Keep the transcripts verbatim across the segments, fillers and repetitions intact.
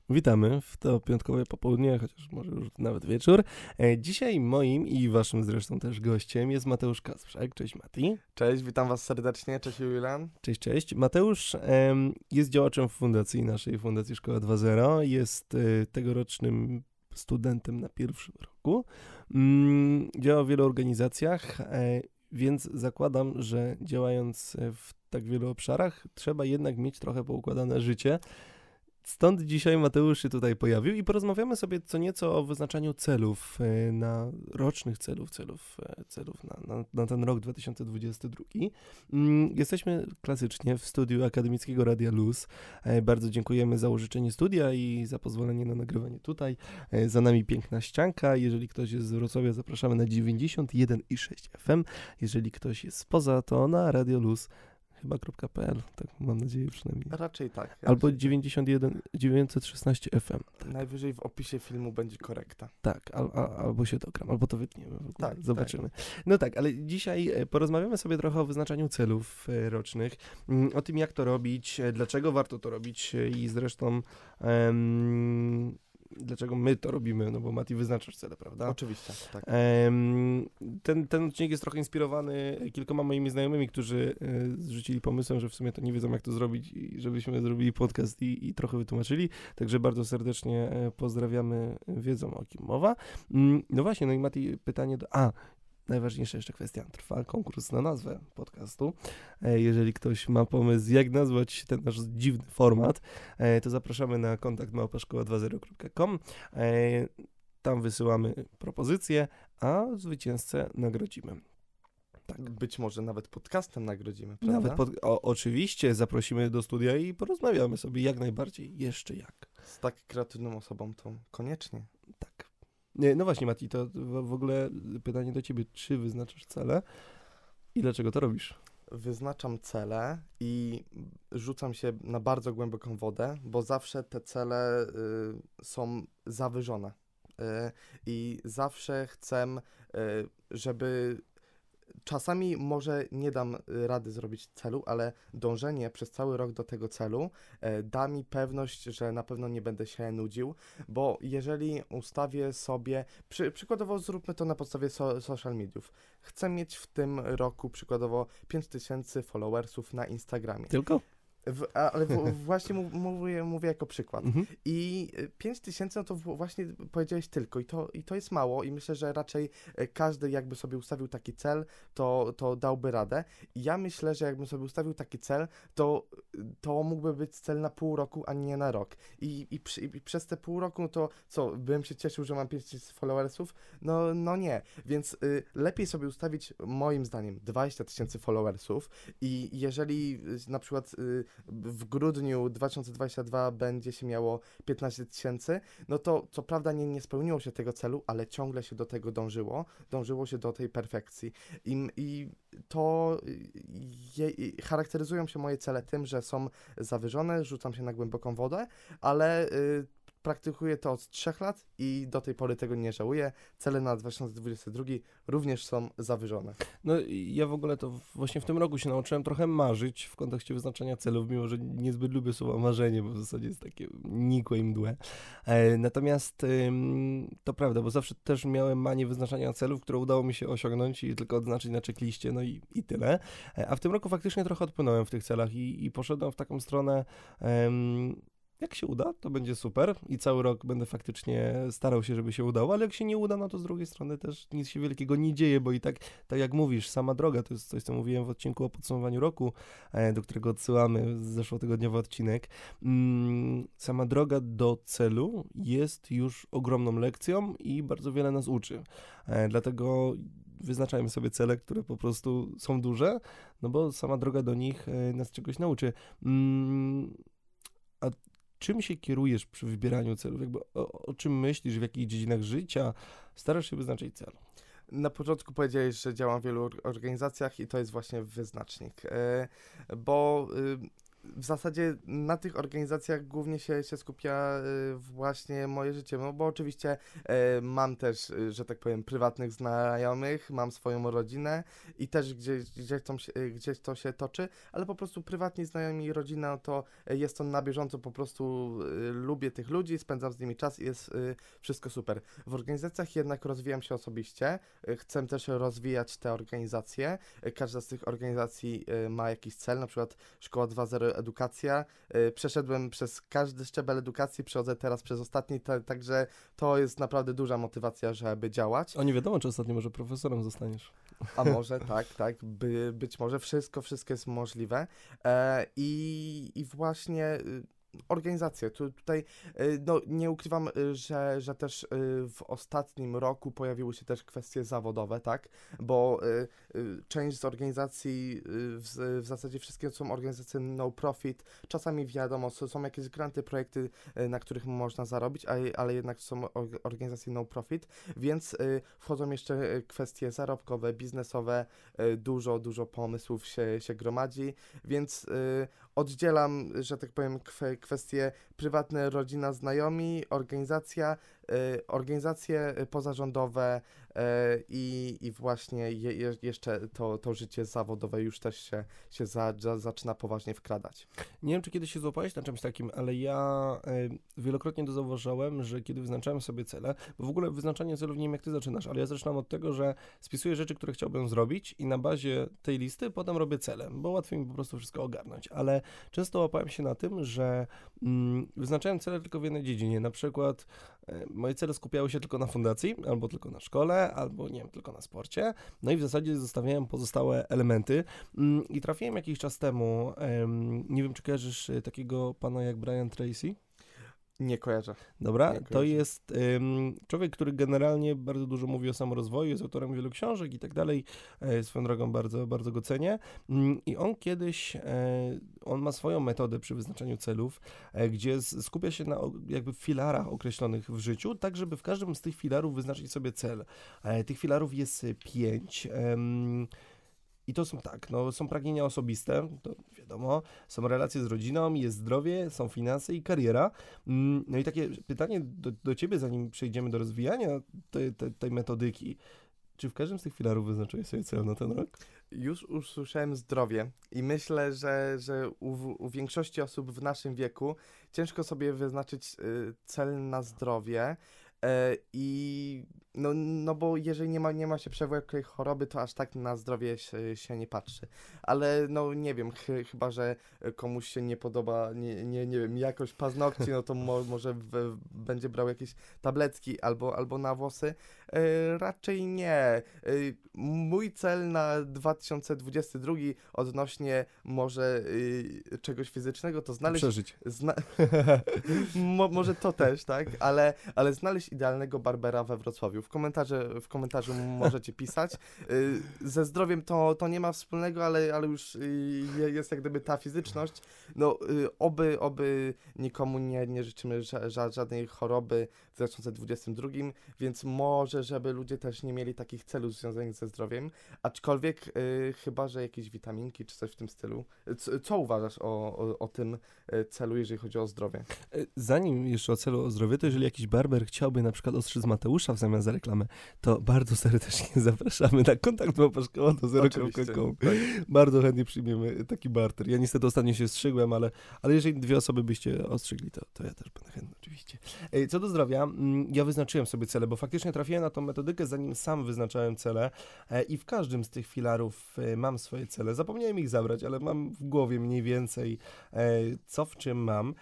Witamy w to piątkowe popołudnie, chociaż może już nawet wieczór. E, Dzisiaj moim i waszym zresztą też gościem jest Mateusz Kasprzak. Cześć Mati. Cześć, witam was serdecznie, cześć Julian. Cześć, cześć. Mateusz em, jest działaczem fundacji, naszej Fundacji Szkoła dwa zero. Jest e, tegorocznym studentem na pierwszym roku. Mm, działa w wielu organizacjach, e, więc zakładam, że działając w tak wielu obszarach trzeba jednak mieć trochę poukładane życie. Stąd dzisiaj Mateusz się tutaj pojawił i porozmawiamy sobie co nieco o wyznaczaniu celów, e, na rocznych celów, celów, e, celów na, na, na ten rok dwa tysiące dwudziesty drugi. Mm, Jesteśmy klasycznie w studiu Akademickiego Radia Luz. E, Bardzo dziękujemy za użyczenie studia i za pozwolenie na nagrywanie tutaj. E, Za nami piękna ścianka. Jeżeli ktoś jest z Wrocławia, zapraszamy na dziewięćdziesiąt jeden i sześć F M. Jeżeli ktoś jest spoza, to na Radio Luz. Chyba .pl, tak mam nadzieję przynajmniej. Raczej tak. Albo raczej. dziewięćdziesiąt jeden dziewięćset szesnaście F M. Najwyżej w opisie filmu będzie korekta. Tak, al, al, albo się dogram, albo to wytniemy. W ogóle. Tak, Zobaczymy. No tak, ale dzisiaj e, porozmawiamy sobie trochę o wyznaczaniu celów e, rocznych, mm, o tym jak to robić, e, dlaczego warto to robić e, i zresztą em, dlaczego my to robimy, no bo Mati wyznaczasz cele, prawda? Oczywiście, tak. Em, ten, ten odcinek jest trochę inspirowany kilkoma moimi znajomymi, którzy e, zrzucili pomysłem, że w sumie to nie wiedzą jak to zrobić i żebyśmy zrobili podcast i, i trochę wytłumaczyli, także bardzo serdecznie e, pozdrawiamy, wiedzą o kim mowa. Mm, No właśnie, no i Mati, pytanie do... A, najważniejsza jeszcze kwestia, trwa konkurs na nazwę podcastu. E, Jeżeli ktoś ma pomysł, jak nazwać ten nasz dziwny format, e, to zapraszamy na kontakt małpa szkoła dwa zero kropka com. E, Tam wysyłamy propozycje, a zwycięzcę nagrodzimy. Tak. Być może nawet podcastem nagrodzimy, prawda? Nawet pod, o, oczywiście zaprosimy do studia i porozmawiamy sobie jak najbardziej, jeszcze jak. Z tak kreatywną osobą to koniecznie. Tak. Nie, no właśnie Mati, to w, w ogóle pytanie do ciebie, czy wyznaczasz cele i dlaczego to robisz? Wyznaczam cele i rzucam się na bardzo głęboką wodę, bo zawsze te cele y, są zawyżone. Y, I zawsze chcę, y, żeby... Czasami może nie dam y, rady zrobić celu, ale dążenie przez cały rok do tego celu e, da mi pewność, że na pewno nie będę się nudził, bo jeżeli ustawię sobie, przy, przykładowo zróbmy to na podstawie so, social mediów, chcę mieć w tym roku przykładowo pięć tysięcy followersów na Instagramie. Tylko? W, a, ale w, właśnie mów, mówię, mówię jako przykład. Mhm. I pięć tysięcy, no to w, właśnie powiedziałeś tylko i to, i to jest mało i myślę, że raczej e, każdy jakby sobie ustawił taki cel, to, to dałby radę. I ja myślę, że jakbym sobie ustawił taki cel, to, to mógłby być cel na pół roku, a nie na rok. I, i, przy, i przez te pół roku, to co, bym się cieszył, że mam pięć tysięcy followersów? No, no nie. Więc y, lepiej sobie ustawić, moim zdaniem, dwadzieścia tysięcy followersów i jeżeli y, na przykład y, w grudniu dwa tysiące dwudziestego drugiego będzie się miało piętnaście tysięcy, no to co prawda nie, nie spełniło się tego celu, ale ciągle się do tego dążyło, dążyło się do tej perfekcji. I, i to je, charakteryzują się moje cele tym, że są zawyżone, rzucam się na głęboką wodę, ale y, praktykuję to od trzech lat i do tej pory tego nie żałuję. Cele na dwa tysiące dwudziesty drugi również są zawyżone. No i ja w ogóle to właśnie w tym roku się nauczyłem trochę marzyć w kontekście wyznaczania celów, mimo że niezbyt lubię słowa marzenie, bo w zasadzie jest takie nikłe i mdłe. E, natomiast ym, to prawda, bo zawsze też miałem manię wyznaczania celów, które udało mi się osiągnąć i tylko odznaczyć na checkliście, no i, i tyle. E, a w tym roku faktycznie trochę odpłynąłem w tych celach i, i poszedłem w taką stronę... Ym, Jak się uda, to będzie super i cały rok będę faktycznie starał się, żeby się udało, ale jak się nie uda, no to z drugiej strony też nic się wielkiego nie dzieje, bo i tak, tak jak mówisz, sama droga, to jest coś, co mówiłem w odcinku o podsumowaniu roku, do którego odsyłamy, zeszłotygodniowy odcinek. Sama droga do celu jest już ogromną lekcją i bardzo wiele nas uczy. Dlatego wyznaczajmy sobie cele, które po prostu są duże, no bo sama droga do nich nas czegoś nauczy. A czym się kierujesz przy wybieraniu celów? Jakby o, o czym myślisz, w jakich dziedzinach życia starasz się wyznaczyć cel? Na początku powiedziałeś, że działam w wielu organizacjach i to jest właśnie wyznacznik, yy, bo yy, w zasadzie na tych organizacjach głównie się, się skupia y, właśnie moje życie, no bo oczywiście y, mam też, y, że tak powiem, prywatnych znajomych, mam swoją rodzinę i też gdzieś, gdzieś, to, się- y, gdzieś to się toczy, ale po prostu prywatni znajomi i rodzina to y, jest to na bieżąco, po prostu y, lubię tych ludzi, spędzam z nimi czas i jest y, wszystko super. W organizacjach jednak rozwijam się osobiście, y, chcę też rozwijać te organizacje, y, każda z tych organizacji y, ma jakiś cel, na przykład Szkoła dwa zero Edukacja. Y, Przeszedłem przez każdy szczebel edukacji, przechodzę teraz przez ostatni, ta, także to jest naprawdę duża motywacja, żeby działać. O, nie wiadomo, czy ostatnio może profesorem zostaniesz. A może, tak, tak, by, być może wszystko, wszystko jest możliwe. E, i, I właśnie y, organizacje. Tu, tutaj y, no, nie ukrywam, y, że, że też y, w ostatnim roku pojawiły się też kwestie zawodowe, tak? Bo y, y, część z organizacji, y, w, w zasadzie wszystkie są organizacje no profit. Czasami wiadomo, są, są jakieś granty, projekty, y, na których można zarobić, ale, ale jednak są or- organizacje no profit, więc y, wchodzą jeszcze y, kwestie zarobkowe, biznesowe, y, dużo, dużo pomysłów się, się gromadzi, więc y, oddzielam, że tak powiem, kwe, kwestie prywatne, rodzina, znajomi, organizacja, y, organizacje pozarządowe y, i, i właśnie je, je, jeszcze to, to życie zawodowe już też się, się za, za, zaczyna poważnie wkradać. Nie wiem, czy kiedyś się złapałeś na czymś takim, ale ja y, wielokrotnie to zauważałem, że kiedy wyznaczałem sobie cele, bo w ogóle wyznaczanie celów, nie wiem jak ty zaczynasz, ale ja zaczynam od tego, że spisuję rzeczy, które chciałbym zrobić i na bazie tej listy potem robię cele, bo łatwiej mi po prostu wszystko ogarnąć, ale często łapałem się na tym, że mm, wyznaczałem cele tylko w jednej dziedzinie, na przykład y, moje cele skupiały się tylko na fundacji, albo tylko na szkole, albo nie wiem, tylko na sporcie, no i w zasadzie zostawiałem pozostałe elementy mm, i trafiłem jakiś czas temu, ym, nie wiem czy kojarzysz y, takiego pana jak Brian Tracy? Nie kojarzę. Dobra, Nie to kojarzę. jest ym, człowiek, który generalnie bardzo dużo mówi o samorozwoju, jest autorem wielu książek i tak dalej, e, swoją drogą bardzo, bardzo go cenię. Ym, I on kiedyś, e, on ma swoją metodę przy wyznaczaniu celów, e, gdzie z, skupia się na o- jakby filarach określonych w życiu, tak żeby w każdym z tych filarów wyznaczyć sobie cel. E, tych filarów jest e, pięć. Em, I to są tak, no są pragnienia osobiste, to wiadomo, są relacje z rodziną, jest zdrowie, są finanse i kariera. Mm, No i takie pytanie do, do ciebie, zanim przejdziemy do rozwijania tej, tej, tej metodyki. Czy w każdym z tych filarów wyznaczyłeś sobie cel na ten rok? Już usłyszałem zdrowie i myślę, że, że u, u większości osób w naszym wieku ciężko sobie wyznaczyć y, cel na zdrowie. E, I no, no bo jeżeli nie ma, nie ma się przewlekłej choroby, to aż tak na zdrowie się, się nie patrzy. Ale no nie wiem, chy, chyba że komuś się nie podoba, nie, nie, nie wiem, jakość paznokci, no to mo, może w, będzie brał jakieś tabletki albo, albo na włosy. E, raczej nie. E, mój cel na dwa tysiące dwudziesty drugi odnośnie może y, czegoś fizycznego to znaleźć... Przeżyć. Zna- Mo, może to też, tak? Ale, ale znaleźć idealnego barbera we Wrocławiu. W, komentarze, w komentarzu możecie pisać. Y, ze zdrowiem to, to nie ma wspólnego, ale, ale już y, jest jak gdyby ta fizyczność. No, y, oby, oby nikomu nie, nie życzymy ża, ża, żadnej choroby w dwa tysiące dwudziestym drugim, więc może, żeby ludzie też nie mieli takich celów związanych ze zdrowiem. Aczkolwiek y, chyba, że jakieś witaminki czy coś w tym stylu. Co, co uważasz o, o, o tym y, celu, jeżeli chodzi o zdrowie? E, Zanim jeszcze o celu o zdrowie, to jeżeli jakiś barber chciałby na przykład ostrzyc Mateusza w zamian za reklamę, to bardzo serdecznie zapraszamy na kontakt małpa.szkoła do zero kropka com. tak. Bardzo chętnie przyjmiemy taki barter. Ja niestety ostatnio się strzygłem, ale, ale jeżeli dwie osoby byście ostrzygli, to, to ja też będę chętny oczywiście. E, Co do zdrowia, mm, ja wyznaczyłem sobie cele, bo faktycznie trafiłem na tą metodykę, zanim sam wyznaczałem cele e, i w każdym z tych filarów e, mam swoje cele. Zapomniałem ich zabrać, ale mam w głowie mniej więcej e, co w czym mam.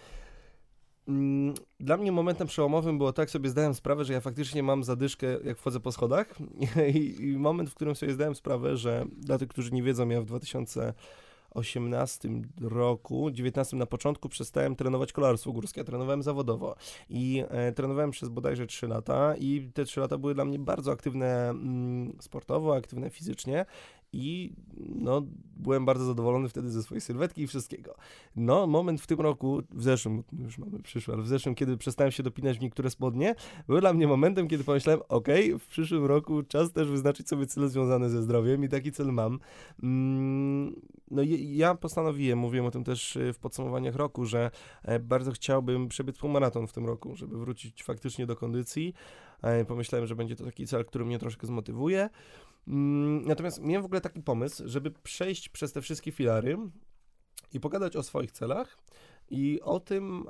Mm, Dla mnie momentem przełomowym było tak, sobie zdałem sprawę, że ja faktycznie mam zadyszkę, jak wchodzę po schodach i, i moment, w którym sobie zdałem sprawę, że dla tych, którzy nie wiedzą, ja w dwa tysiące osiemnastym roku, dziewiętnastym na początku przestałem trenować kolarstwo górskie, ja trenowałem zawodowo i e, trenowałem przez bodajże trzy lata i te trzy lata były dla mnie bardzo aktywne mm, sportowo, aktywne fizycznie i no, byłem bardzo zadowolony wtedy ze swojej sylwetki i wszystkiego. No, moment w tym roku, w zeszłym, już mamy przyszły, ale w zeszłym, kiedy przestałem się dopinać w niektóre spodnie, był dla mnie momentem, kiedy pomyślałem, okej, w przyszłym roku czas też wyznaczyć sobie cele związane ze zdrowiem i taki cel mam. Mm, no i ja postanowiłem, mówiłem o tym też w podsumowaniach roku, że bardzo chciałbym przebiec półmaraton w tym roku, żeby wrócić faktycznie do kondycji. Pomyślałem, że będzie to taki cel, który mnie troszkę zmotywuje. Natomiast miałem w ogóle taki pomysł, żeby przejść przez te wszystkie filary i pogadać o swoich celach i o tym,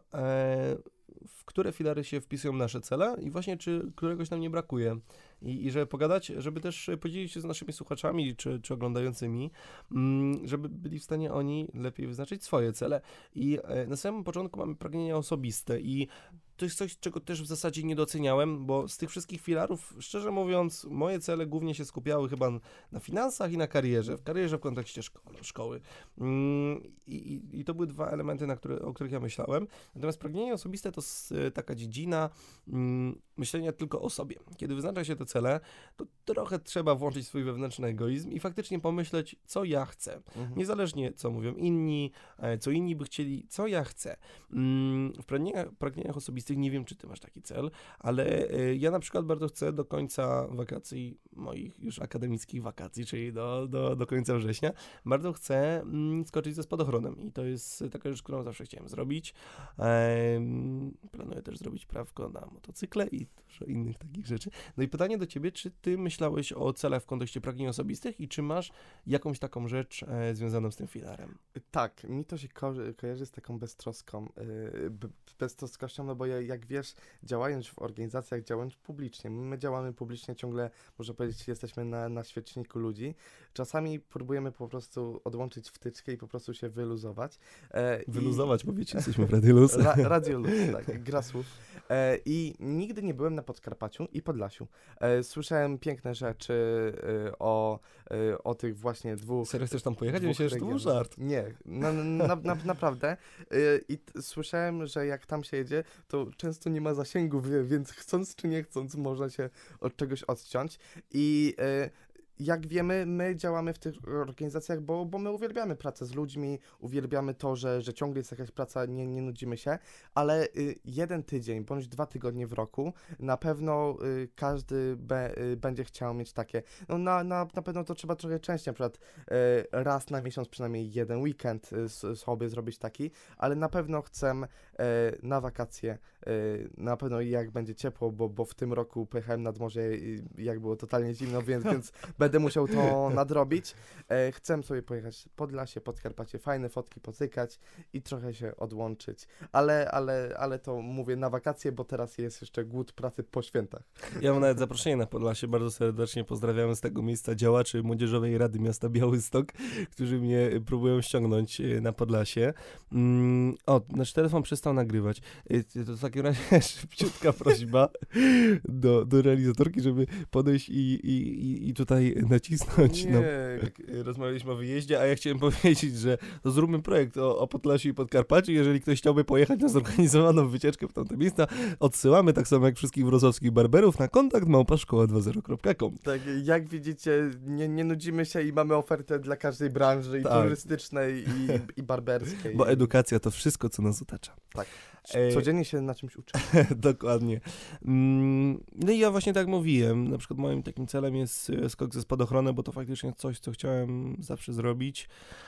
w które filary się wpisują nasze cele i właśnie czy któregoś nam nie brakuje. I, i żeby pogadać, żeby też podzielić się z naszymi słuchaczami czy, czy oglądającymi, żeby byli w stanie oni lepiej wyznaczyć swoje cele. I na samym początku mamy pragnienia osobiste i to jest coś, czego też w zasadzie nie doceniałem, bo z tych wszystkich filarów, szczerze mówiąc, moje cele głównie się skupiały chyba na finansach i na karierze, w karierze w kontekście szko- szkoły. I, i, I to były dwa elementy, na które, o których ja myślałem. Natomiast pragnienie osobiste to jest taka dziedzina mm, myślenia tylko o sobie. Kiedy wyznacza się te cele, to trochę trzeba włączyć swój wewnętrzny egoizm i faktycznie pomyśleć, co ja chcę. Mhm. Niezależnie, co mówią inni, co inni by chcieli, co ja chcę. Mm, w pragnieniach, pragnieniach osobistych nie wiem, czy ty masz taki cel, ale ja na przykład bardzo chcę do końca wakacji, moich już akademickich wakacji, czyli do, do, do końca września, bardzo chcę mm, skoczyć ze spadochronem i to jest taka rzecz, którą zawsze chciałem zrobić. Ehm, planuję też zrobić prawko na motocykle i dużo innych takich rzeczy. No i pytanie do ciebie, czy ty myślałeś o celach w kontekście pragnień osobistych i czy masz jakąś taką rzecz e, związaną z tym filarem? Tak, mi to się ko- kojarzy z taką beztroską, yy, b- beztroskością, no bo ja, jak wiesz, działając w organizacjach, działając publicznie, my działamy publicznie ciągle, można powiedzieć, jesteśmy na, na świeczniku ludzi. Czasami próbujemy po prostu odłączyć wtyczkę i po prostu się wyluzować. E, Wyluzować, i... bo wiecie, jesteśmy w Radio Luz. Ra- Radio Luz, tak, gra słów. E, I nigdy nie byłem na Podkarpaciu i Podlasiu. E, słyszałem piękne rzeczy e, o, e, o tych właśnie dwóch... Serio chcesz tam pojechać? Myślę, że to był żart. Nie, na, na, na, naprawdę. E, I t- słyszałem, że jak tam się jedzie, to często nie ma zasięgu, wie- więc chcąc czy nie chcąc, można się od czegoś odciąć. I e, jak wiemy, my działamy w tych organizacjach, bo, bo my uwielbiamy pracę z ludźmi, uwielbiamy to, że, że ciągle jest jakaś praca, nie, nie nudzimy się, ale y, jeden tydzień bądź dwa tygodnie w roku na pewno y, każdy be, y, będzie chciał mieć takie, no na, na, na pewno to trzeba trochę częściej, na przykład y, raz na miesiąc przynajmniej jeden weekend y, sobie zrobić taki, ale na pewno chcę y, na wakacje, y, na pewno jak będzie ciepło, bo, bo w tym roku pojechałem nad morze i jak było totalnie zimno, więc, więc będę musiał to nadrobić. E, chcę sobie pojechać Podlasie, Podkarpacie, fajne fotki pocykać i trochę się odłączyć. Ale, ale, ale to mówię na wakacje, bo teraz jest jeszcze głód pracy po świętach. Ja mam nawet zaproszenie na Podlasie. Bardzo serdecznie pozdrawiamy z tego miejsca działaczy Młodzieżowej Rady Miasta Białystok, którzy mnie próbują ściągnąć na Podlasie. Mm, o, nasz telefon przestał nagrywać. To w takim razie szybciutka prośba do, do realizatorki, żeby podejść i, i, i tutaj nacisnąć. Nie. No, rozmawialiśmy o wyjeździe, a ja chciałem powiedzieć, że to zróbmy projekt o, o Podlasiu i Podkarpaciu. Jeżeli ktoś chciałby pojechać na zorganizowaną wycieczkę w tamte miejsca, odsyłamy tak samo jak wszystkich wrocławskich barberów na kontakt małpa szkoła dwadzieścia kropka com. Tak, jak widzicie, nie, nie nudzimy się i mamy ofertę dla każdej branży, i tak. turystycznej, i, i barberskiej. Bo edukacja to wszystko, co nas otacza. Tak. Codziennie się na czymś uczy. Dokładnie. No i ja właśnie tak mówiłem, na przykład moim takim celem jest skok ze spadochronem, bo to faktycznie coś, co chciałem zawsze zrobić.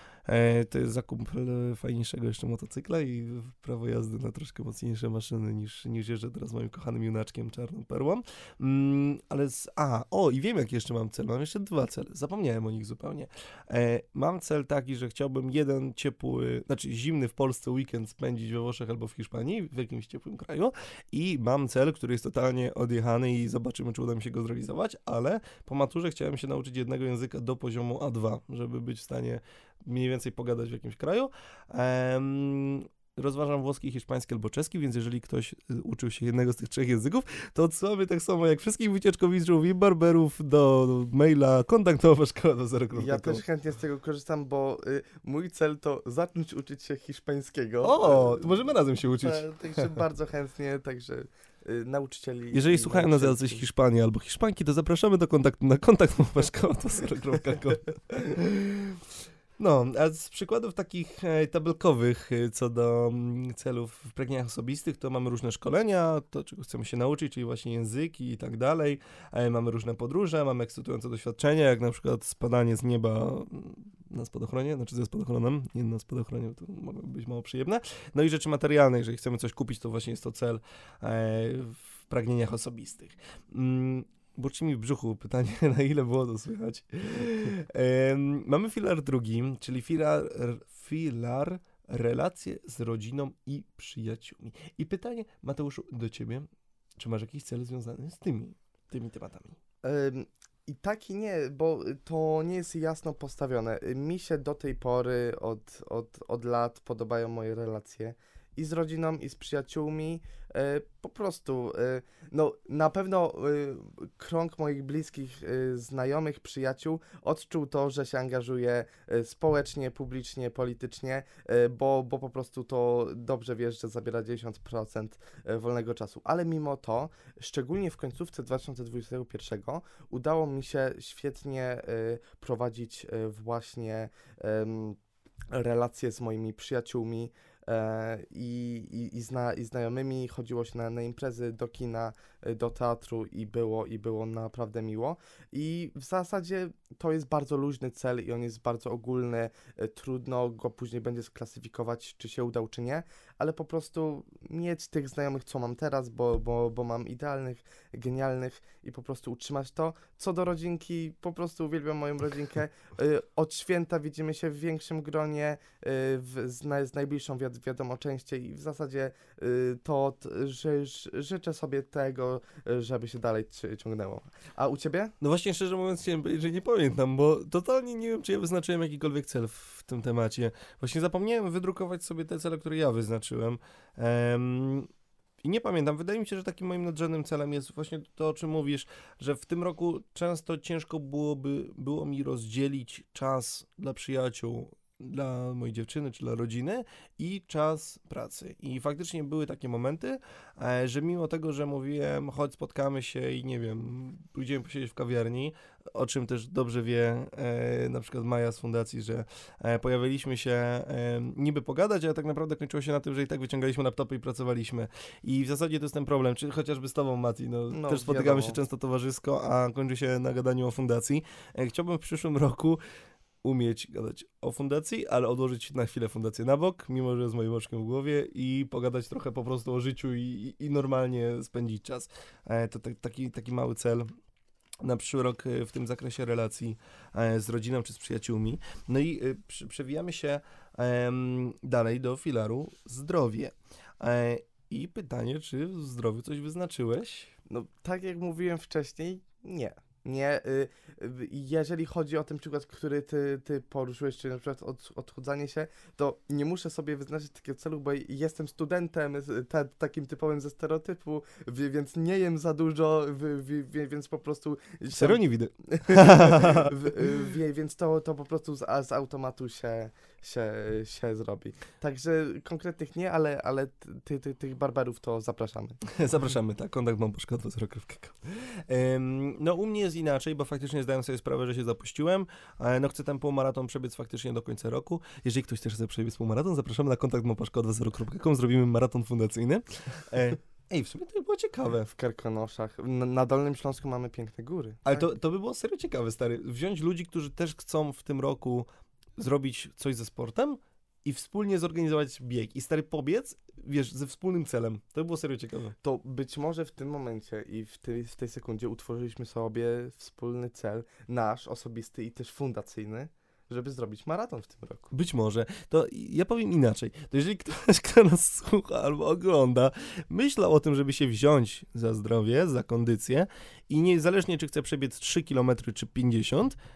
To jest zakup fajniejszego jeszcze motocykla i prawo jazdy na troszkę mocniejsze maszyny niż, niż jeżdżę teraz moim kochanym junaczkiem Czarną Perłą. Mm, ale z... A, o i wiem jaki jeszcze mam cel. Mam jeszcze dwa cele. Zapomniałem o nich zupełnie. E, mam cel taki, że chciałbym jeden ciepły, znaczy zimny w Polsce weekend spędzić we Włoszech albo w Hiszpanii, w jakimś ciepłym kraju i mam cel, który jest totalnie odjechany i zobaczymy, czy uda mi się go zrealizować, ale po maturze chciałem się nauczyć jednego języka do poziomu A dwa, żeby być w stanie mniej więcej pogadać w jakimś kraju. Um, rozważam włoski, hiszpański albo czeski, więc jeżeli ktoś uczył się jednego z tych trzech języków, to odsyłamy tak samo jak wszystkich wycieczkowiczów i barberów do maila kontakt małpa szkoła dwadzieścia kropka com. Ja też chętnie z tego korzystam, bo y, mój cel to zacząć uczyć się hiszpańskiego. O, to możemy razem się uczyć. E, także bardzo chętnie, także y, nauczycieli. Jeżeli słuchają nas jacyś Hiszpanii albo Hiszpanki, to zapraszamy do kontaktu na kontakt małpa szkoła dwa zero kropka com. No, a z przykładów takich e, tabelkowych e, co do m, celów w pragnieniach osobistych, to mamy różne szkolenia, to czego chcemy się nauczyć, czyli właśnie języki i tak dalej. E, mamy różne podróże, mamy ekscytujące doświadczenia, jak na przykład spadanie z nieba na spadochronie, znaczy ze spadochronem, nie na spadochronie, to mogło być mało przyjemne. No i rzeczy materialne, jeżeli chcemy coś kupić, to właśnie jest to cel e, w pragnieniach osobistych. Mm, Burczy mi w brzuchu pytanie, na ile było to słychać. Um, mamy filar drugi, czyli filar, filar relacje z rodziną i przyjaciółmi. I pytanie, Mateuszu, do ciebie, czy masz jakiś cel związany z tymi, tymi tematami? Um, I tak i nie, bo to nie jest jasno postawione. Mi się do tej pory od, od, od lat podobają moje relacje i z rodziną, i z przyjaciółmi. E, po prostu, e, no na pewno e, krąg moich bliskich e, znajomych, przyjaciół odczuł to, że się angażuję e, społecznie, publicznie, politycznie, e, bo, bo po prostu to dobrze wiesz, że zabiera dziewięćdziesiąt procent wolnego czasu. Ale mimo to, szczególnie w końcówce dwa tysiące dwudziestego pierwszego udało mi się świetnie e, prowadzić e, właśnie e, relacje z moimi przyjaciółmi, E, i, i, i, zna, i znajomymi, chodziło się na, na imprezy, do kina, do teatru i było, i było naprawdę miło. I w zasadzie to jest bardzo luźny cel i on jest bardzo ogólny, e, trudno go później będzie sklasyfikować, czy się udał, czy nie, ale po prostu mieć tych znajomych, co mam teraz, bo, bo, bo mam idealnych, genialnych i po prostu utrzymać to. Co do rodzinki, po prostu uwielbiam moją rodzinkę. E, od święta widzimy się w większym gronie, e, w, z, na, z najbliższą wiadomością, wiadomo częściej i w zasadzie y, to t, ży, życzę sobie tego, żeby się dalej ciągnęło. A u ciebie? No właśnie, szczerze mówiąc, chciałem powiedzieć, że nie pamiętam, bo totalnie nie wiem, czy ja wyznaczyłem jakikolwiek cel w tym temacie. Właśnie zapomniałem wydrukować sobie te cele, które ja wyznaczyłem. Um, I nie pamiętam, wydaje mi się, że takim moim nadrzędnym celem jest właśnie to, o czym mówisz, że w tym roku często ciężko byłoby, było mi rozdzielić czas dla przyjaciół, dla mojej dziewczyny czy dla rodziny i czas pracy. I faktycznie były takie momenty, e, że mimo tego, że mówiłem, chodź spotkamy się i nie wiem, pójdziemy posiedzieć w kawiarni, o czym też dobrze wie e, na przykład Maja z fundacji, że e, pojawiliśmy się e, niby pogadać, ale tak naprawdę kończyło się na tym, że i tak wyciągaliśmy laptopy i pracowaliśmy. I w zasadzie to jest ten problem, czy chociażby z tobą, Mati, no, no też spotykamy wiadomo. się często towarzysko, a kończy się na gadaniu o fundacji. E, chciałbym w przyszłym roku umieć gadać o fundacji, ale odłożyć na chwilę fundację na bok, mimo że z moim oczkiem w głowie i pogadać trochę po prostu o życiu i, i normalnie spędzić czas. E, to t- taki, taki mały cel na przyszły rok w tym zakresie relacji e, z rodziną czy z przyjaciółmi. No i e, przy, przewijamy się e, dalej do filaru zdrowie. E, I pytanie, czy w zdrowiu coś wyznaczyłeś? No tak jak mówiłem wcześniej, nie. Nie, y, y, jeżeli chodzi o ten przykład, który ty, ty poruszyłeś, czyli na przykład od, odchudzanie się, to nie muszę sobie wyznaczyć takiego celu, bo jestem studentem, ta, takim typowym ze stereotypu, wie, więc nie jem za dużo, w, w, więc po prostu... Serio nie widzę. w, w, więc to, to po prostu z, z automatu się, się, się zrobi. Także konkretnych nie, ale, ale ty, ty, tych barbarów to zapraszamy. Zapraszamy, tak, kontakt mam poszkoda dwa zero kropka com. Um, no u mnie jest inaczej, bo faktycznie zdałem sobie sprawę, że się zapuściłem. No chcę ten półmaraton przebiec faktycznie do końca roku. Jeżeli ktoś też chce przebiec półmaraton, zapraszamy na kontakt małpa szkoła dwa zero kropka com, zrobimy maraton fundacyjny. E, ej, w sumie to by było ciekawe. W Karkonoszach. Na, na Dolnym Śląsku mamy piękne góry. Ale tak? to, to by było serio ciekawe, stary. Wziąć ludzi, którzy też chcą w tym roku zrobić coś ze sportem i wspólnie zorganizować bieg. I stary pobiec, wiesz, ze wspólnym celem. To by było serio ciekawe. To być może w tym momencie i w tej, w tej sekundzie utworzyliśmy sobie wspólny cel, nasz osobisty i też fundacyjny, żeby zrobić maraton w tym roku. Być może. To ja powiem inaczej. To jeżeli ktoś, kto nas słucha albo ogląda, myślał o tym, żeby się wziąć za zdrowie, za kondycję i niezależnie czy chce przebiec trzy kilometry czy pięćdziesiąt,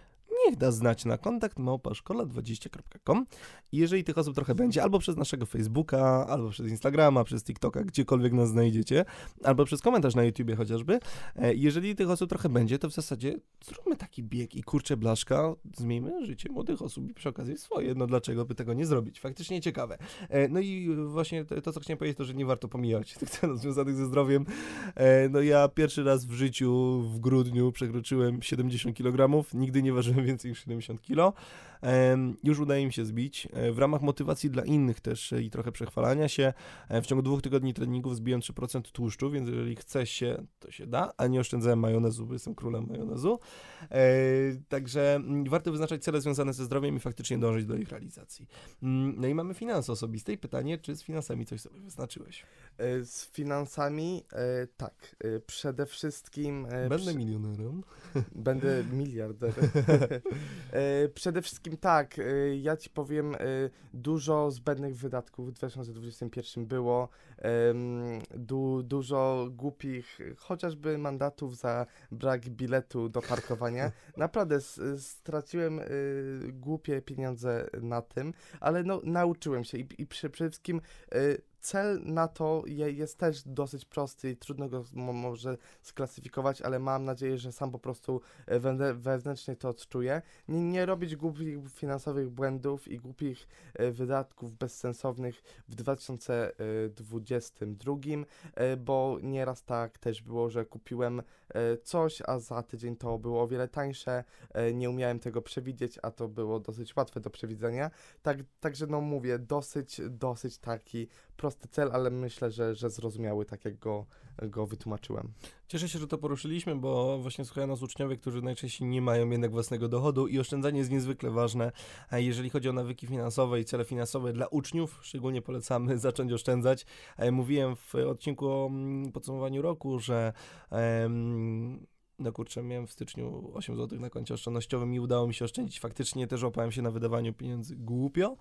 niech da znać na kontakt małpa szkola dwadzieścia kropka com i jeżeli tych osób trochę będzie, albo przez naszego Facebooka, albo przez Instagrama, przez TikToka, gdziekolwiek nas znajdziecie, albo przez komentarz na YouTubie chociażby, e, jeżeli tych osób trochę będzie, to w zasadzie zróbmy taki bieg i kurczę blaszka, zmieńmy życie młodych osób i przy okazji swoje, no dlaczego by tego nie zrobić? Faktycznie ciekawe. E, no i właśnie to, to, co chciałem powiedzieć, to, że nie warto pomijać tych celów związanych ze zdrowiem. E, no ja pierwszy raz w życiu w grudniu przekroczyłem siedemdziesiąt kilogramów, nigdy nie ważyłem więcej niż siedemdziesiąt kilo. E, już udaje mi się zbić. E, w ramach motywacji dla innych też e, i trochę przechwalania się, e, w ciągu dwóch tygodni treningów zbiłem trzy procent tłuszczu, więc jeżeli chce się, to się da, a nie oszczędzałem majonezu, bo jestem królem majonezu. E, także m, warto wyznaczać cele związane ze zdrowiem i faktycznie dążyć do ich realizacji. Mm, no i mamy finanse osobiste i pytanie, czy z finansami coś sobie wyznaczyłeś? E, Z finansami, e, tak, e, przede wszystkim... e, Będę przy- milionerem. Będę miliarderem. E, Przede wszystkim tak, e, ja ci powiem, e, dużo zbędnych wydatków w dwa tysiące dwudziestym pierwszym było, em, du, dużo głupich, chociażby mandatów za brak biletu do parkowania. Naprawdę s, straciłem e, głupie pieniądze na tym, ale no, nauczyłem się i, i przy, przede wszystkim e, cel na to je, jest też dosyć prosty i trudno go mo, może sklasyfikować, ale mam nadzieję, że sam po prostu e, we, wewnętrznie to odczuję. Nie, nie robić głupich finansowych błędów i głupich e, wydatków bezsensownych w dwa tysiące dwudziestym drugim, e, bo nieraz tak też było, że kupiłem e, coś, a za tydzień to było o wiele tańsze, e, nie umiałem tego przewidzieć, a to było dosyć łatwe do przewidzenia. Tak, także no mówię, dosyć, dosyć taki prosty cel, ale myślę, że, że zrozumiały, tak jak go, go wytłumaczyłem. Cieszę się, że to poruszyliśmy, bo właśnie słuchają nas uczniowie, którzy najczęściej nie mają jednak własnego dochodu i oszczędzanie jest niezwykle ważne. A jeżeli chodzi o nawyki finansowe i cele finansowe dla uczniów, szczególnie polecamy zacząć oszczędzać. E, Mówiłem w odcinku o mm, podsumowaniu roku, że em, no kurczę, miałem w styczniu osiem złotych na koncie oszczędnościowym i udało mi się oszczędzić. Faktycznie też łapałem się na wydawaniu pieniędzy głupio.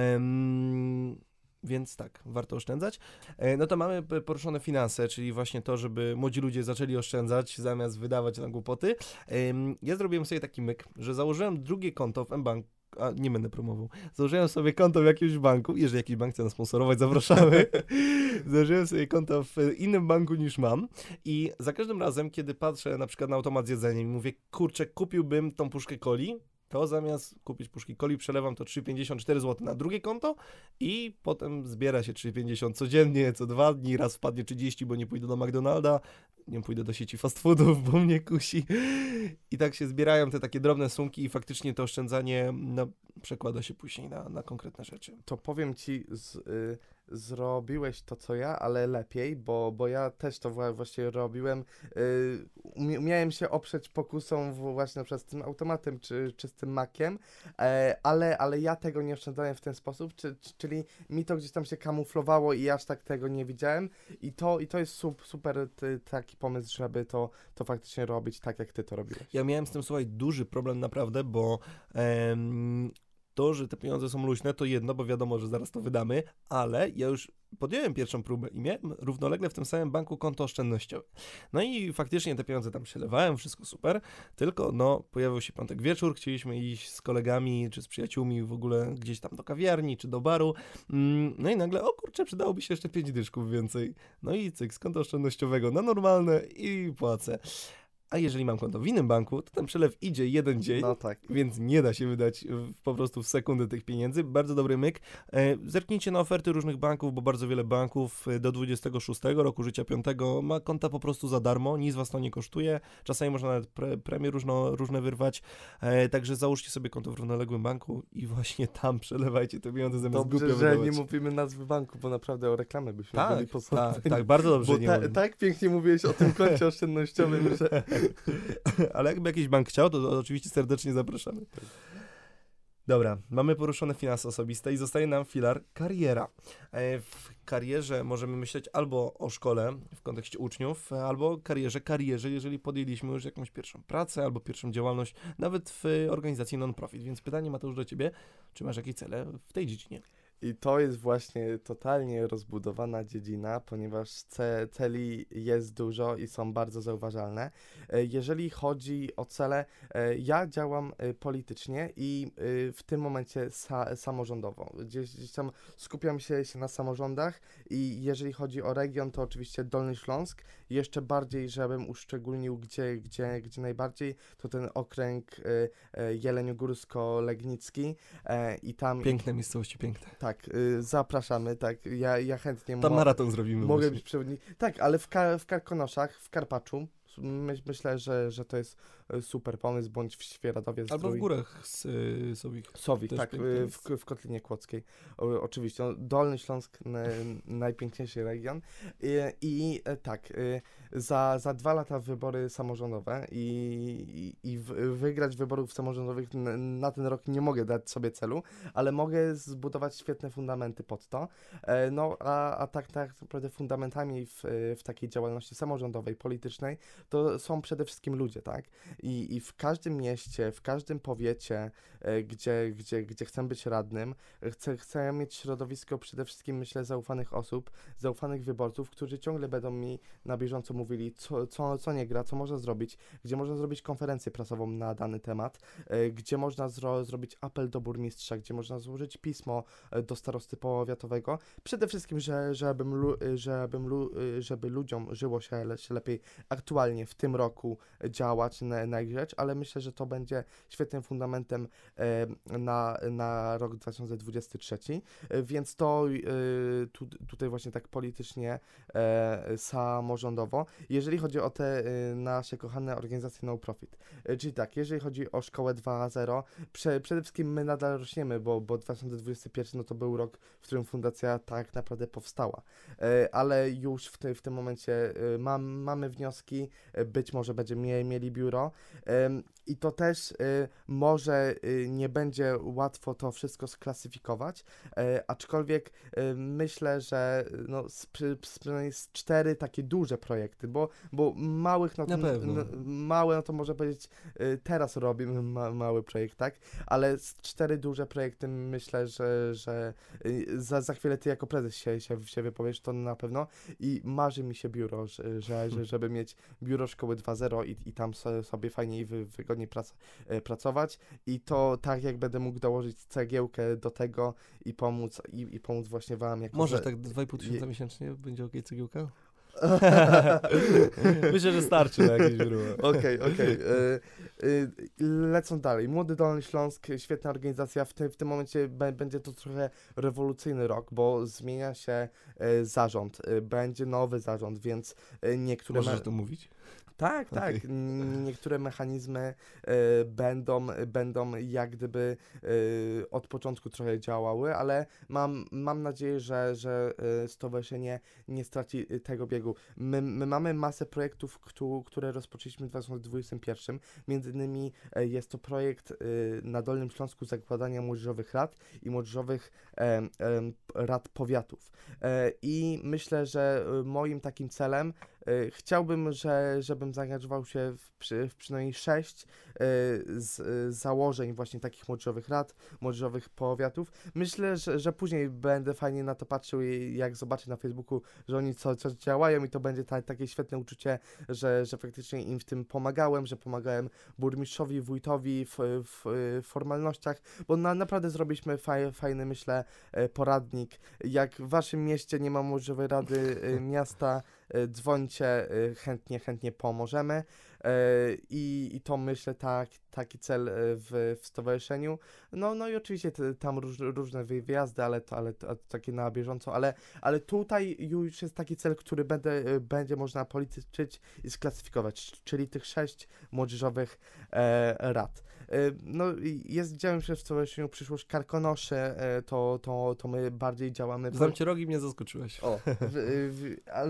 Em, Więc tak, warto oszczędzać. E, No to mamy p- poruszone finanse, czyli właśnie to, żeby młodzi ludzie zaczęli oszczędzać zamiast wydawać na głupoty. Em, Ja zrobiłem sobie taki myk, że założyłem drugie konto w mBanku. A nie będę promował. Założyłem sobie konto w jakimś banku. Jeżeli jakiś bank chce nas sponsorować, zapraszamy. Założyłem sobie konto w innym banku niż mam i za każdym razem, kiedy patrzę na przykład na automat z jedzeniem i mówię, kurczę, kupiłbym tą puszkę coli, to zamiast kupić puszki coli przelewam to trzy pięćdziesiąt cztery złote na drugie konto i potem zbiera się trzy pięćdziesiąt codziennie, co dwa dni, raz wpadnie trzydzieści, bo nie pójdę do McDonalda, nie pójdę do sieci fast foodów, bo mnie kusi. I tak się zbierają te takie drobne sumki i faktycznie to oszczędzanie no, przekłada się później na, na konkretne rzeczy. To powiem ci, z, y, zrobiłeś to co ja, ale lepiej, bo, bo ja też to wła- właśnie robiłem. Y, umie- umiałem się oprzeć pokusą w- właśnie przez tym automatem czy, czy z tym makiem, e, ale, ale ja tego nie oszczędzałem w ten sposób, czy, czy, czyli mi to gdzieś tam się kamuflowało i aż tak tego nie widziałem i to, i to jest sup, super ty, taki pomysł, żeby to, to faktycznie robić tak, jak ty to robiłeś. Ja miałem z tym, słuchaj, duży problem naprawdę, bo em, to, że te pieniądze są luźne, to jedno, bo wiadomo, że zaraz to wydamy, ale ja już podjąłem pierwszą próbę i miałem równolegle w tym samym banku konto oszczędnościowe. No i faktycznie te pieniądze tam przelewałem, wszystko super, tylko no pojawił się piątek wieczór, chcieliśmy iść z kolegami czy z przyjaciółmi w ogóle gdzieś tam do kawiarni czy do baru, mm, no i nagle, o kurczę, przydałoby się jeszcze pięć dyszków więcej. No i cyk, z konta oszczędnościowego na normalne i płacę. A jeżeli mam konto w innym banku, to ten przelew idzie jeden dzień, No tak. więc nie da się wydać w, po prostu w sekundę tych pieniędzy. Bardzo dobry myk. E, zerknijcie na oferty różnych banków, bo bardzo wiele banków e, do dwudziestego szóstego roku życia piątego ma konta po prostu za darmo, nic was to nie kosztuje. Czasami można nawet pre, premie różno, różne wyrwać. E, także załóżcie sobie konto w równoległym banku i właśnie tam przelewajcie te pieniądze zamiast Dobrze, głupio że wydawać. nie mówimy nazwy banku, bo naprawdę o reklamę byśmy byli Tak, posłuchani. tak, tak, bardzo dobrze. Bo nie ta, mówię. tak pięknie mówiłeś o tym koncie oszczędnościowym, że... Ale jakby jakiś bank chciał, to oczywiście serdecznie zapraszamy. Dobra, mamy poruszone finanse osobiste i zostaje nam filar kariera. E, W karierze możemy myśleć albo o szkole w kontekście uczniów, albo o karierze, karierze, jeżeli podjęliśmy już jakąś pierwszą pracę albo pierwszą działalność, nawet w organizacji non-profit. Więc pytanie, Mateusz, do ciebie, czy masz jakieś cele w tej dziedzinie? I to jest właśnie totalnie rozbudowana dziedzina, ponieważ ce, celi jest dużo i są bardzo zauważalne. E, Jeżeli chodzi o cele, e, ja działam e, politycznie i e, w tym momencie sa, samorządowo. Gdzieś, gdzieś tam skupiam się, się na samorządach i jeżeli chodzi o region, to oczywiście Dolny Śląsk. Jeszcze bardziej, żebym uszczególnił, gdzie, gdzie, gdzie najbardziej, to ten okręg e, e, jeleniogórsko-legnicki e, i tam... Piękne miejscowości, piękne. Tak, y, zapraszamy, tak, ja, ja chętnie Tam mo- maraton zrobimy mogę właśnie. być przewodnikiem. Tak, ale w, Ka- w Karkonoszach, w Karpaczu, my, myślę, że, że to jest y, super pomysł, bądź w Świeradowie Albo w górach z y, Sowich. Sowich, też tak, piękne y, w, miejsce. w Kotlinie Kłodzkiej, o, oczywiście, no, Dolny Śląsk, n- najpiękniejszy region i, i e, tak, y, za, za dwa lata wybory samorządowe i, i, i w, wygrać wyborów samorządowych n- na ten rok nie mogę dać sobie celu, ale mogę zbudować świetne fundamenty pod to, e, no a, a tak, tak naprawdę fundamentami w, w takiej działalności samorządowej, politycznej, to są przede wszystkim ludzie, tak, i, i w każdym mieście, w każdym powiecie, e, gdzie, gdzie, gdzie chcę być radnym, chcę, chcę mieć środowisko przede wszystkim, myślę, zaufanych osób, zaufanych wyborców, którzy ciągle będą mi na bieżąco mówili, co, co, co nie gra, co można zrobić, gdzie można zrobić konferencję prasową na dany temat, e, gdzie można zro, zrobić apel do burmistrza, gdzie można złożyć pismo e, do starosty powiatowego. Przede wszystkim, że, żebym, lu, e, żebym lu, e, żeby ludziom żyło się, le, się lepiej aktualnie w tym roku działać na, na ich rzecz, ale myślę, że to będzie świetnym fundamentem e, na, na rok dwa tysiące dwudziesty trzeci, e, więc to e, tu, tutaj właśnie tak politycznie, e, samorządowo. Jeżeli chodzi o te e, nasze kochane organizacje no-profit, e, czyli tak, jeżeli chodzi o szkołę dwa zero, prze, przede wszystkim my nadal rośniemy, bo, bo dwa tysiące dwudziesty pierwszy no to był rok, w którym fundacja tak naprawdę powstała, e, ale już w, te, w tym momencie e, mam, mamy wnioski, e, być może będziemy mie, mieli biuro, e, i to też y, może y, nie będzie łatwo to wszystko sklasyfikować, y, aczkolwiek y, myślę, że no, z, przy, z, przynajmniej z cztery takie duże projekty, bo, bo małych, no to, Na pewno. n, małe, no to może powiedzieć, y, teraz robimy ma, mały projekt, tak, ale z cztery duże projekty myślę, że, że y, za, za chwilę ty jako prezes się, się, się wypowiesz, to na pewno i marzy mi się biuro, że, że, że żeby mieć biuro szkoły dwa zero i, i tam so, sobie fajnie i wy, wygodnie Prac, e, pracować i to tak jak będę mógł dołożyć cegiełkę do tego i pomóc i, i pomóc właśnie wam jako Może że... tak dwa i pół tysiąca je... miesięcznie będzie okej cegiełka? Myślę, że starczy na jakieś źródło. Okej, okej. Lecą dalej. Młody Dolny Śląsk, świetna organizacja. W tym, w tym momencie b- będzie to trochę rewolucyjny rok, bo zmienia się e, zarząd. E, będzie nowy zarząd, więc e, niektóre... Możesz me- to mówić? Tak, tak. Okej. N- Niektóre mechanizmy e, będą, będą jak gdyby e, od początku trochę działały, ale mam, mam nadzieję, że, że e, stowarzyszenie nie straci e, tego biegu. My, my mamy masę projektów, któ- które rozpoczęliśmy w dwa tysiące dwudziestym pierwszym. Między innymi e, jest to projekt e, na Dolnym Śląsku zakładania młodzieżowych rad i młodzieżowych e, e, rad powiatów. E, I myślę, że e, moim takim celem E, Chciałbym, że, żebym zaangażował się w, przy, w przynajmniej sześć e, z e, założeń właśnie takich młodzieżowych rad, młodzieżowych powiatów. Myślę, że, że później będę fajnie na to patrzył i jak zobaczę na Facebooku, że oni co, co działają i to będzie ta, takie świetne uczucie, że, że faktycznie im w tym pomagałem, że pomagałem burmistrzowi, wójtowi w, w, w formalnościach, bo na, naprawdę zrobiliśmy faj, fajny, myślę, e, poradnik. Jak w waszym mieście nie ma młodzieżowej rady e, miasta, e, dzwońcie, e, chętnie, chętnie pomożemy. E, I, I to myślę tak, taki cel e, w, w stowarzyszeniu. No, no i oczywiście te, tam róż, różne wy- wyjazdy, ale, to, ale to, takie na bieżąco, ale, ale tutaj już jest taki cel, który będę, e, będzie można policzyć i sklasyfikować, czyli tych sześć młodzieżowych e, rad. E, No i jest, działam się w stowarzyszeniu Przyszłość Karkonosze, e, to, to, to my bardziej działamy... Znam cię rogi, mnie zaskoczyłeś. O, w, w, ale, ale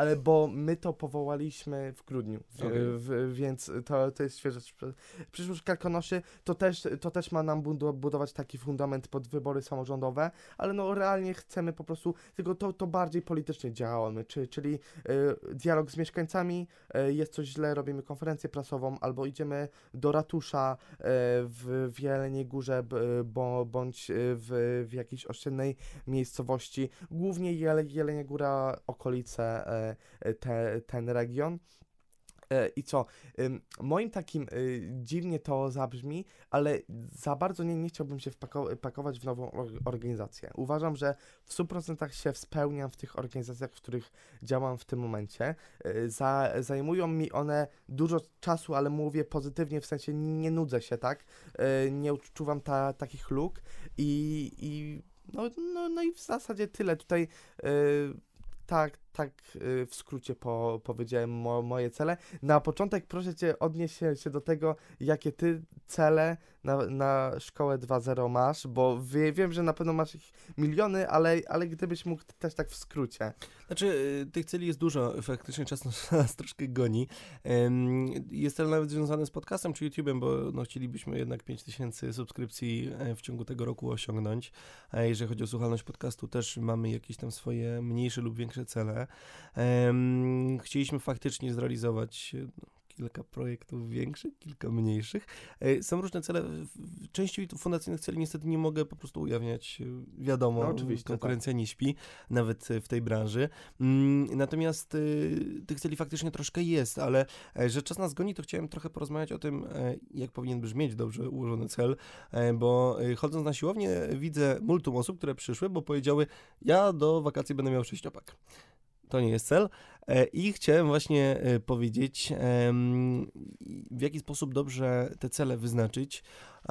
ale bo my to powołaliśmy w grudniu, w, Okej. w, więc to, to jest świeże. Przyszłość Karkonoszy to też, to też ma nam budu- budować taki fundament pod wybory samorządowe, ale no realnie chcemy po prostu, tylko to, to bardziej politycznie działamy, czy, czyli y, dialog z mieszkańcami, y, jest coś źle, robimy konferencję prasową, albo idziemy do ratusza y, w, w Jeleniej Górze, b, bo, bądź y, w, w jakiejś ościennej miejscowości, głównie Jele, Jelenia Góra, okolice, y, te, ten region. E, I co? Ym, Moim takim y, dziwnie to zabrzmi, ale za bardzo nie, nie chciałbym się wpako- pakować w nową or- organizację. Uważam, że w stu procentach się spełniam w tych organizacjach, w których działam w tym momencie. Y, za, zajmują mi one dużo czasu, ale mówię pozytywnie, w sensie nie nudzę się, tak? Y, nie odczuwam ta, takich luk i, i no, no, no i w zasadzie tyle. Tutaj y, tak, tak y, w skrócie po, powiedziałem mo, moje cele. Na początek proszę Cię odnieść się, się do tego, jakie Ty cele na, na szkołę dwa zero masz, bo wie, wiem, że na pewno masz ich miliony, ale, ale gdybyś mógł też tak w skrócie. Znaczy, y, tych celi jest dużo, faktycznie czas nas, nas troszkę goni. Ym, Jest cel nawet związany z podcastem czy YouTube'em, bo no, chcielibyśmy jednak pięć tysięcy subskrypcji e, w ciągu tego roku osiągnąć. A jeżeli chodzi o słuchalność podcastu, też mamy jakieś tam swoje mniejsze lub większe cele. Ym, Chcieliśmy faktycznie zrealizować e, no, kilka projektów większych, kilka mniejszych. E, Są różne cele. W- w- Części fundacyjnych celi niestety nie mogę po prostu ujawniać. e, Wiadomo, No, oczywiście, konkurencja nie śpi, nawet e, w tej branży. Mm, Natomiast y, tych celi faktycznie troszkę jest, ale e, że czas nas goni, to chciałem trochę porozmawiać o tym, e, jak powinien brzmieć dobrze ułożony cel, e, bo e, chodząc na siłownię widzę multum osób, które przyszły, bo powiedziały, ja do wakacji będę miał sześciopak. To nie jest cel. E, I chciałem właśnie e, powiedzieć, em, w jaki sposób dobrze te cele wyznaczyć,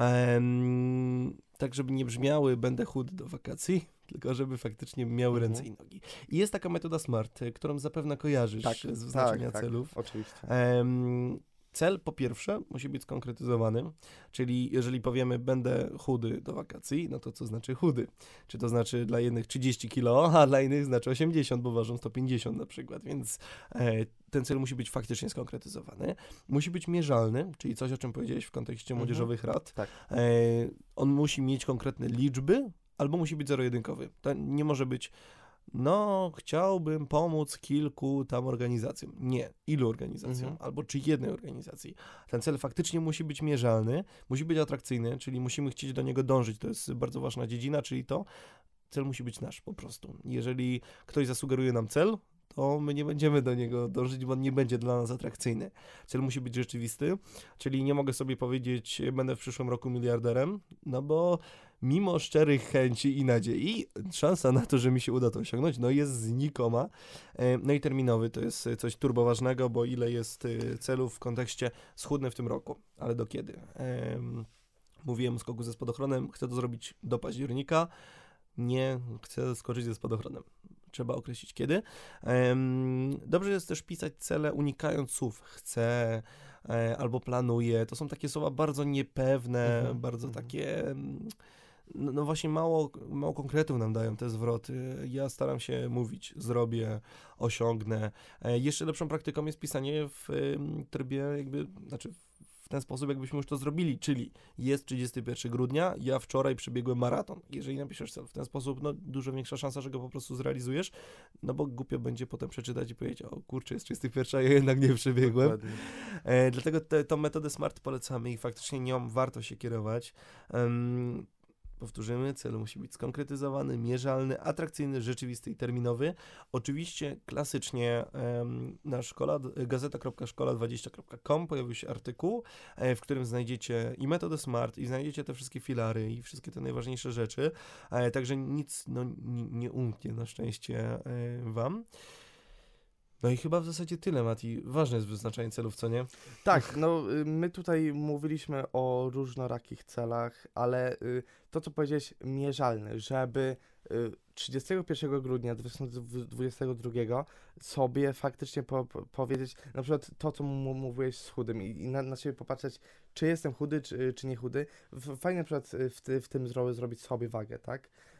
em, tak żeby nie brzmiały, będę chudy do wakacji, tylko żeby faktycznie miały Mhm. ręce i nogi. I jest taka metoda SMART, e, którą zapewne kojarzysz Tak, z wyznaczenia tak, tak. celów. Oczywiście. Em, Cel po pierwsze musi być skonkretyzowany, czyli jeżeli powiemy będę chudy do wakacji, no to co znaczy chudy? Czy to znaczy dla jednych trzydzieści kilo, a dla innych znaczy osiemdziesiąt, bo ważą sto pięćdziesiąt na przykład, więc e, ten cel musi być faktycznie skonkretyzowany. Musi być mierzalny, czyli coś, o czym powiedziałeś w kontekście Mhm. młodzieżowych rad. Tak. E, on musi mieć konkretne liczby, albo musi być zero-jedynkowy. To nie może być no, chciałbym pomóc kilku tam organizacjom. Nie, ilu organizacjom, Mhm. albo czy jednej organizacji. Ten cel faktycznie musi być mierzalny, musi być atrakcyjny, czyli musimy chcieć do niego dążyć. To jest bardzo ważna dziedzina, czyli to, cel musi być nasz po prostu. Jeżeli ktoś zasugeruje nam cel, to my nie będziemy do niego dążyć, bo on nie będzie dla nas atrakcyjny. Cel musi być rzeczywisty, czyli nie mogę sobie powiedzieć, będę w przyszłym roku miliarderem, no bo mimo szczerych chęci i nadziei, szansa na to, że mi się uda to osiągnąć, no jest znikoma. E, No i terminowy to jest coś turboważnego, bo ile jest e, celów w kontekście schudnę w tym roku, ale do kiedy? Em, Mówiłem o skoku ze spadochronem, chcę to zrobić do października, nie chcę skoczyć ze spadochronem. Trzeba określić kiedy. Em, Dobrze jest też pisać cele unikając słów chcę e, albo planuję. To są takie słowa bardzo niepewne, Mhm, bardzo mhm. takie... em, No, no właśnie mało, mało konkretów nam dają te zwroty. Ja staram się mówić, zrobię, osiągnę. E, Jeszcze lepszą praktyką jest pisanie w em, trybie jakby, znaczy w ten sposób, jakbyśmy już to zrobili, czyli jest trzydziestego pierwszego grudnia, ja wczoraj przebiegłem maraton. Jeżeli napiszesz cel w ten sposób, no dużo większa szansa, że go po prostu zrealizujesz, no bo głupio będzie potem przeczytać i powiedzieć, o kurczę, jest trzydziesty pierwszy, a ja jednak nie przebiegłem. Dokładnie. E, dlatego te, tą metodę SMART polecamy i faktycznie nią warto się kierować. Em, Powtórzymy, cel musi być skonkretyzowany, mierzalny, atrakcyjny, rzeczywisty i terminowy. Oczywiście klasycznie em, na szkola, gazeta kropka szkola dwadzieścia kropka com pojawił się artykuł, e, w którym znajdziecie i metodę SMART, i znajdziecie te wszystkie filary i wszystkie te najważniejsze rzeczy. E, także nic no, nie, nie umknie na szczęście e, wam. No i chyba w zasadzie tyle, Mati. Ważne jest wyznaczanie celów, co nie? Tak, no y, my tutaj mówiliśmy o różnorakich celach, ale y, to, co powiedziałeś, mierzalne, żeby y, trzydziestego pierwszego grudnia dwa tysiące dwudziestego drugiego sobie faktycznie po, po, powiedzieć, na przykład to, co mu mówiłeś z chudym i, i na, na siebie popatrzeć, czy jestem chudy, czy, czy nie chudy. W- Fajnie na przykład y, w, ty, w tym zro, zrobić sobie wagę, tak?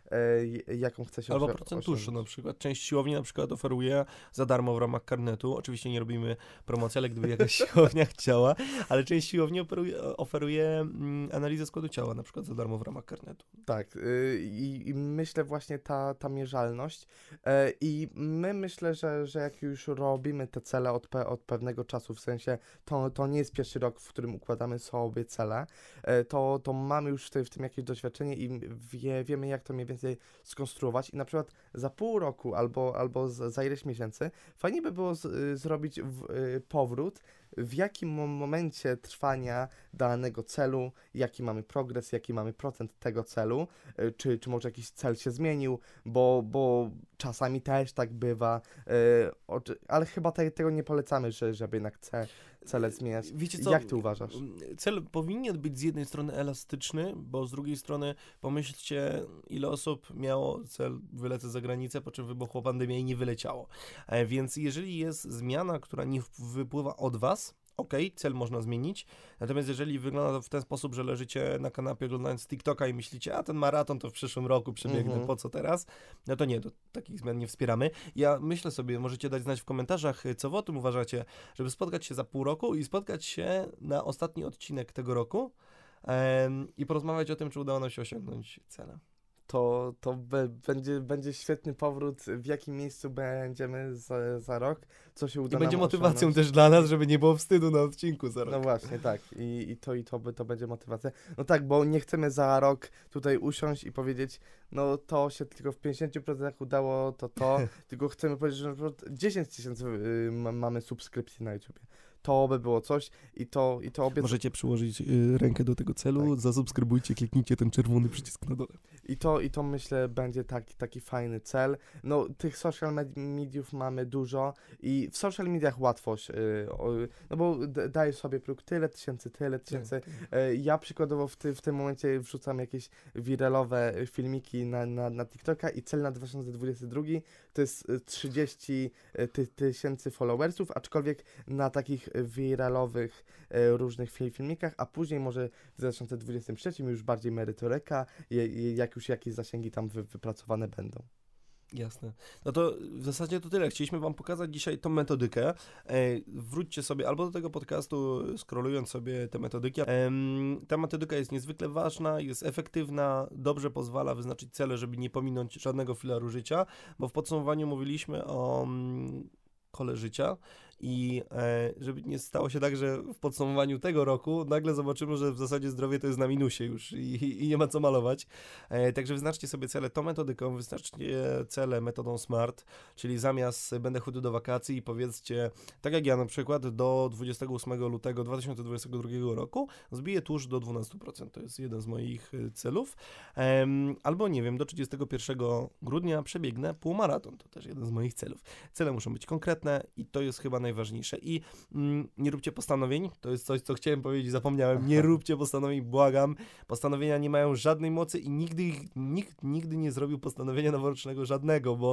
e, jaką chce się Albo osią- procentuszu osiągnąć. na przykład. Część siłowni na przykład oferuje za darmo w ramach karnetu. Oczywiście nie robimy promocji, ale gdyby jakaś siłownia chciała, ale część siłowni oferuje, oferuje mm, analizę składu ciała na przykład za darmo w ramach karnetu. Tak, y, i, i myślę właśnie ta, ta mierzalność e, i my myślę, że, że jak już robimy te cele od, pe, od pewnego czasu, w sensie to, to nie jest pierwszy rok, w którym układamy sobie cele, e, to, to mamy już w, tej, w tym jakieś doświadczenie i wie, wiemy jak to mniej więcej skonstruować i na przykład za pół roku albo, albo z, za ileś miesięcy fajnie by było z, y, zrobić w, y, powrót, w jakim mo- momencie trwania danego celu, jaki mamy progres, jaki mamy procent tego celu, y, czy, czy może jakiś cel się zmienił, bo, bo czasami też tak bywa, y, oczy- ale chyba te, tego nie polecamy, że, żeby jednak ce, cele zmieniać. Wiecie co? Jak ty uważasz? Cel powinien być z jednej strony elastyczny, bo z drugiej strony pomyślcie, ile osób miało cel wylecę za granicę, po czym wybuchła pandemia i nie wyleciało. E, więc jeżeli jest zmiana, która nie w- wypływa od was, okej, cel można zmienić, natomiast jeżeli wygląda to w ten sposób, że leżycie na kanapie oglądając TikToka i myślicie, a ten maraton to w przyszłym roku przebiegnę, Mhm. po co teraz? No to nie, to takich zmian nie wspieramy. Ja myślę sobie, możecie dać znać w komentarzach, co wy o tym uważacie, żeby spotkać się za pół roku i spotkać się na ostatni odcinek tego roku em, i porozmawiać o tym, czy udało nam się osiągnąć cele. To, to be, będzie, będzie świetny powrót, w jakim miejscu będziemy za, za rok, co się uda I będzie nam motywacją osiągnąć. też dla nas, żeby nie było wstydu na odcinku za rok. No właśnie, tak. I, i to i to, by, to będzie motywacja. No tak, bo nie chcemy za rok tutaj usiąść i powiedzieć, no to się tylko w pięćdziesięciu procentach udało, to to, tylko chcemy powiedzieć, że na przykład dziesięć tysięcy y, ma- mamy subskrypcji na YouTubie. To by było coś i to, i to obiec... Możecie przyłożyć y, rękę do tego celu, Tak. zasubskrybujcie, kliknijcie ten czerwony przycisk na dole. I to, I to myślę będzie taki, taki fajny cel. No tych social med- mediów mamy dużo i w social mediach łatwość, yy, o, no bo d- dajesz sobie próg tyle tysięcy, tyle tysięcy. Yy, ja przykładowo w, ty, w tym momencie wrzucam jakieś wiralowe filmiki na, na, na TikToka i cel na dwa tysiące dwudziesty drugi to jest y, trzydzieści ty, tysięcy followersów, aczkolwiek na takich wiralowych y, różnych fil- filmikach, a później może w dwa tysiące dwudziestym trzecim już bardziej merytoryka, je, je, jak już jakieś zasięgi tam wy, wypracowane będą. Jasne. No to w zasadzie to tyle. Chcieliśmy wam pokazać dzisiaj tą metodykę. E, wróćcie sobie albo do tego podcastu, scrollując sobie tę metodykę. Em, ta metodyka jest niezwykle ważna, jest efektywna, dobrze pozwala wyznaczyć cele, żeby nie pominąć żadnego filaru życia, bo w podsumowaniu mówiliśmy o mm, kole życia i e, żeby nie stało się tak, że w podsumowaniu tego roku nagle zobaczymy, że w zasadzie zdrowie to jest na minusie już i, i nie ma co malować. E, także wyznaczcie sobie cele tą metodyką, wyznaczcie cele metodą SMART, czyli zamiast będę chudy do wakacji i powiedzcie, tak jak ja na przykład do dwudziestego ósmego lutego dwa tysiące dwudziestego drugiego roku zbiję tłuszcz do dwanaście procent, to jest jeden z moich e, celów, Em, albo nie wiem, do trzydziestego pierwszego grudnia przebiegnę półmaraton, to też jeden z moich celów. Cele muszą być konkretne i to jest chyba najważniejsze. I mm, nie róbcie postanowień, to jest coś, co chciałem powiedzieć, zapomniałem, nie róbcie postanowień, błagam. Postanowienia nie mają żadnej mocy i nigdy ich, nikt nigdy nie zrobił postanowienia noworocznego żadnego, bo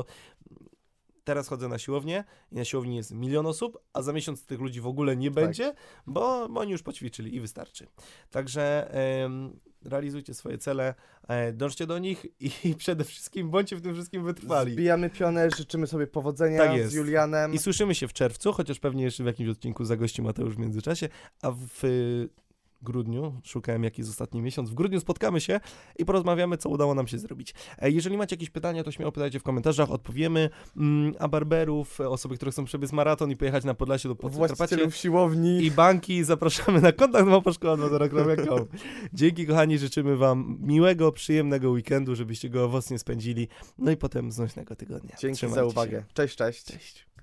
teraz chodzę na siłownię i na siłowni jest milion osób, a za miesiąc tych ludzi w ogóle nie Tak. będzie, bo, bo oni już poćwiczyli i wystarczy. Także em, realizujcie swoje cele, e, dążcie do nich i przede wszystkim bądźcie w tym wszystkim wytrwali. Zbijamy pionę, życzymy sobie powodzenia Tak jest. z Julianem. I słyszymy się w czerwcu, chociaż pewnie jeszcze w jakimś odcinku zagości Mateusz w międzyczasie, a w y, grudniu, szukałem jaki jest ostatni miesiąc, w grudniu spotkamy się i porozmawiamy, co udało nam się zrobić. E, jeżeli macie jakieś pytania, to śmiało pytajcie w komentarzach, odpowiemy, mm, a barberów, e, osoby, które chcą przebiec maraton i pojechać na Podlasie do Podkarpacia Właścicielów siłowni. i banki, zapraszamy na kontakt małpa szkoła dwa zero kropka com. Dzięki kochani, życzymy wam miłego, przyjemnego weekendu, żebyście go owocnie spędzili, no i potem znośnego tygodnia. Dzięki Trzymajcie za się. uwagę. Cześć, cześć. Cześć.